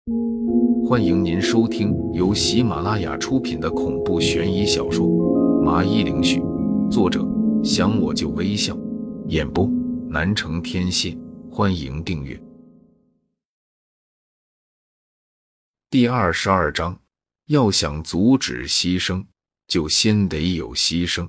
欢迎您收听由喜马拉雅出品的恐怖悬疑小说《麻衣灵絮》，作者想我就微笑，演播南城天蝎。欢迎订阅。第22章，要想阻止牺牲，就先得有牺牲。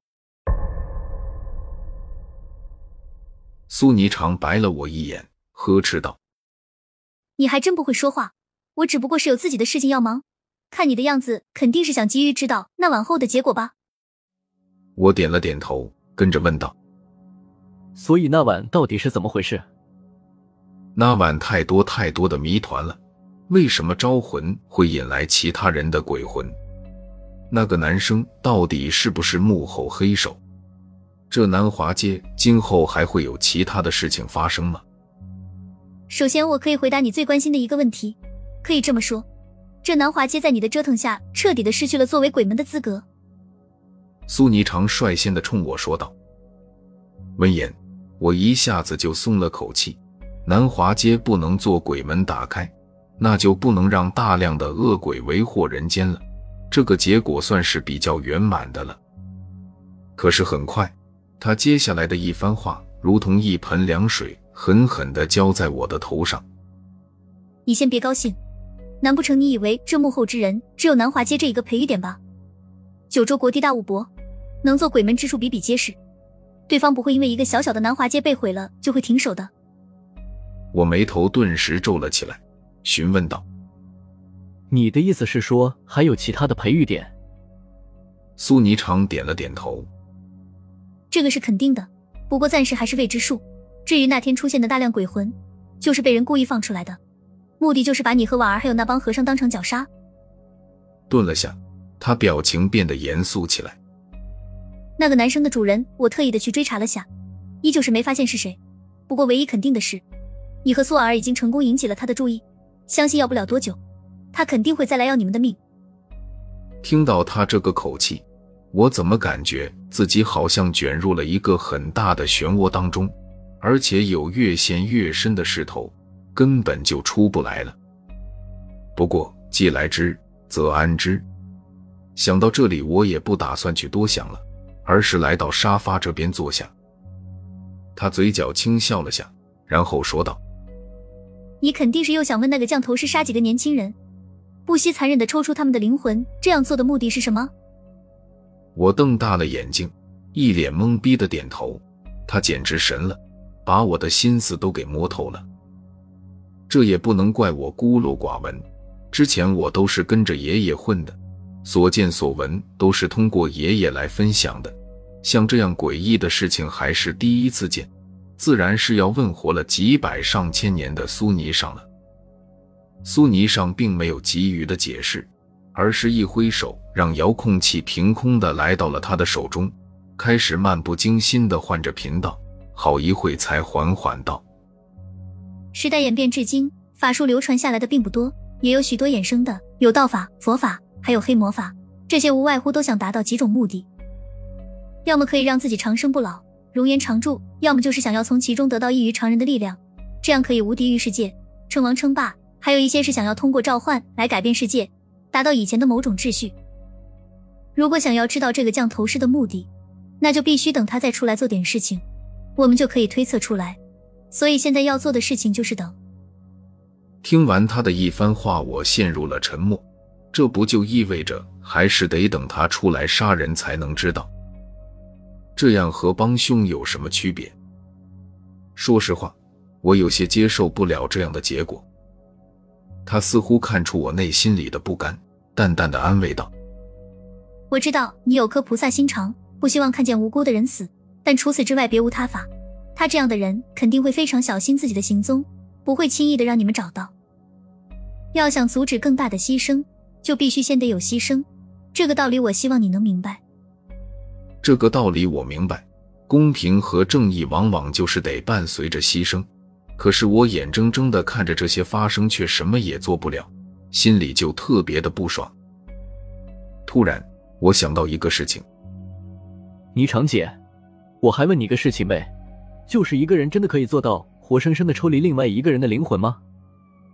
苏霓裳白了我一眼，呵斥道： 你还真不会说话，我只不过是有自己的事情要忙，看你的样子肯定是想急于知道那晚后的结果吧。 我点了点头，跟着问道： 所以那晚到底是怎么回事？ 那晚太多的谜团了，为什么招魂会引来其他人的鬼魂？那个男生到底是不是幕后黑手？这南华街今后还会有其他的事情发生吗？ 首先我可以回答你最关心的一个问题，可以这么说，这南华街在你的折腾下彻底的失去了作为鬼门的资格。 苏霓裳率先地冲我说道。闻言，我一下子就松了口气，南华街不能做鬼门打开，那就不能让大量的恶鬼为祸人间了，这个结果算是比较圆满的了。可是很快，他接下来的一番话如同一盆凉水，狠狠地浇在我的头上。 你先别高兴，难不成你以为这幕后之人只有南华街这一个培育点吧？九州国地大物博，能做鬼门之处比比皆是，对方不会因为一个小小的南华街被毁了就会停手的。 我眉头顿时皱了起来，询问道： 你的意思是说还有其他的培育点？ 苏霓裳点了点头。 这个是肯定的，不过暂时还是未知数。至于那天出现的大量鬼魂，就是被人故意放出来的，目的就是把你和婉儿还有那帮和尚当成绞杀。 顿了下，他表情变得严肃起来。 那个男生的主人我特意的去追查了下，依旧是没发现是谁。不过唯一肯定的是，你和苏婉儿已经成功引起了他的注意，相信要不了多久，他肯定会再来要你们的命。 听到他这个口气，我怎么感觉自己好像卷入了一个很大的漩涡当中，而且有越陷越深的势头，根本就出不来了。不过既来之则安之，想到这里，我也不打算去多想了，而是来到沙发这边坐下。他嘴角轻笑了下，然后说道： 你肯定是又想问那个降头师杀几个年轻人，不惜残忍地抽出他们的灵魂，这样做的目的是什么？ 我瞪大了眼睛，一脸懵逼的点头。他简直神了，把我的心思都给摸透了。这也不能怪我孤陋寡闻，之前我都是跟着爷爷混的，所见所闻都是通过爷爷来分享的，像这样诡异的事情还是第一次见，自然是要问活了几百上千年的苏霓裳了。苏霓裳并没有急于的解释，而是一挥手，让遥控器凭空的来到了他的手中，开始漫不经心的换着频道，好一会才缓缓道： 时代演变至今，法术流传下来的并不多，也有许多衍生的，有道法、佛法，还有黑魔法，这些无外乎都想达到几种目的，要么可以让自己长生不老，容颜常驻，要么就是想要从其中得到异于常人的力量，这样可以无敌于世界，称王称霸，还有一些是想要通过召唤来改变世界，达到以前的某种秩序。如果想要知道这个降头师的目的，那就必须等他再出来做点事情，我们就可以推测出来。所以现在要做的事情就是等。 听完他的一番话，我陷入了沉默。这不就意味着还是得等他出来杀人才能知道？这样和帮凶有什么区别？说实话，我有些接受不了这样的结果。他似乎看出我内心里的不甘，淡淡的安慰道： 我知道你有颗菩萨心肠，不希望看见无辜的人死，但除此之外别无他法。他这样的人肯定会非常小心自己的行踪，不会轻易的让你们找到。要想阻止更大的牺牲，就必须先得有牺牲，这个道理我希望你能明白。 这个道理我明白，公平和正义往往就是得伴随着牺牲，可是我眼睁睁地看着这些发生，却什么也做不了，心里就特别的不爽。突然我想到一个事情。 霓裳姐，我还问你个事情呗，就是一个人真的可以做到活生生的抽离另外一个人的灵魂吗？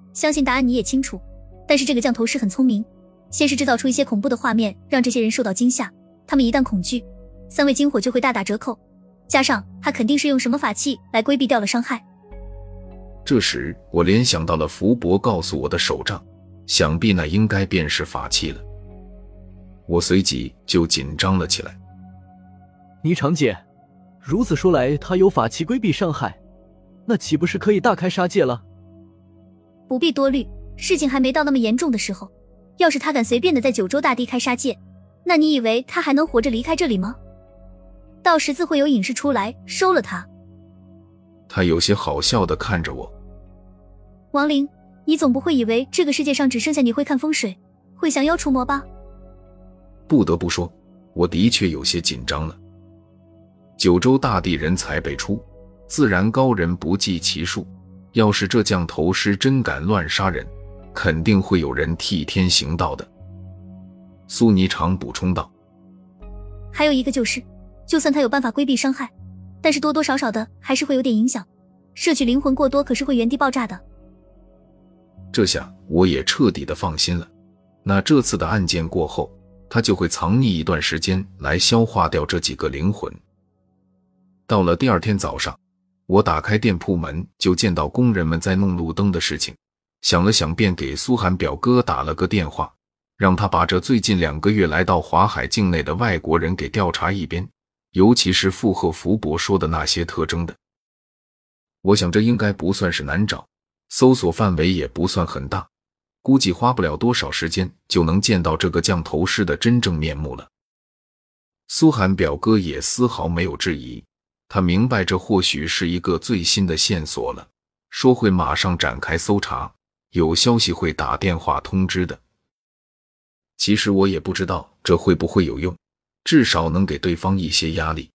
相信答案你也清楚。但是这个降头师很聪明，先是制造出一些恐怖的画面，让这些人受到惊吓，他们一旦恐惧，3味金火就会大打折扣，加上他肯定是用什么法器来规避掉了伤害。 这时我联想到了福伯告诉我的手杖，想必那应该便是法器了。我随即就紧张了起来。 霓裳姐，如此说来，他有法器规避伤害，那岂不是可以大开杀戒了？ 不必多虑，事情还没到那么严重的时候，要是他敢随便的在九州大地开杀戒，那你以为他还能活着离开这里吗？到时自会有隐士出来收了他。 他有些好笑地看着我。 王玲，你总不会以为这个世界上只剩下你会看风水，会降妖除魔吧？ 不得不说，我的确有些紧张了。九州大地人才辈出，自然高人不计其数，要是这降头师真敢乱杀人，肯定会有人替天行道的。苏霓裳补充道。 还有一个就是，就算他有办法规避伤害，但是多多少少的还是会有点影响，摄取灵魂过多可是会原地爆炸的。 这下我也彻底的放心了，那这次的案件过后，他就会藏匿一段时间来消化掉这几个灵魂。到了第二天早上，我打开店铺门就见到工人们在弄路灯的事情，想了想便给苏寒表哥打了个电话，让他把这最近2个月来到华海境内的外国人给调查一遍，尤其是附和福伯说的那些特征的。我想这应该不算是难找，搜索范围也不算很大，估计花不了多少时间就能见到这个降头师的真正面目了。苏寒表哥也丝毫没有质疑，他明白这或许是一个最新的线索了，说会马上展开搜查，有消息会打电话通知的。其实我也不知道这会不会有用，至少能给对方一些压力。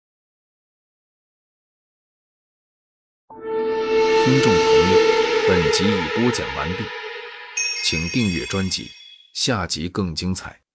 听众朋友，本集已播讲完毕，请订阅专辑，下集更精彩。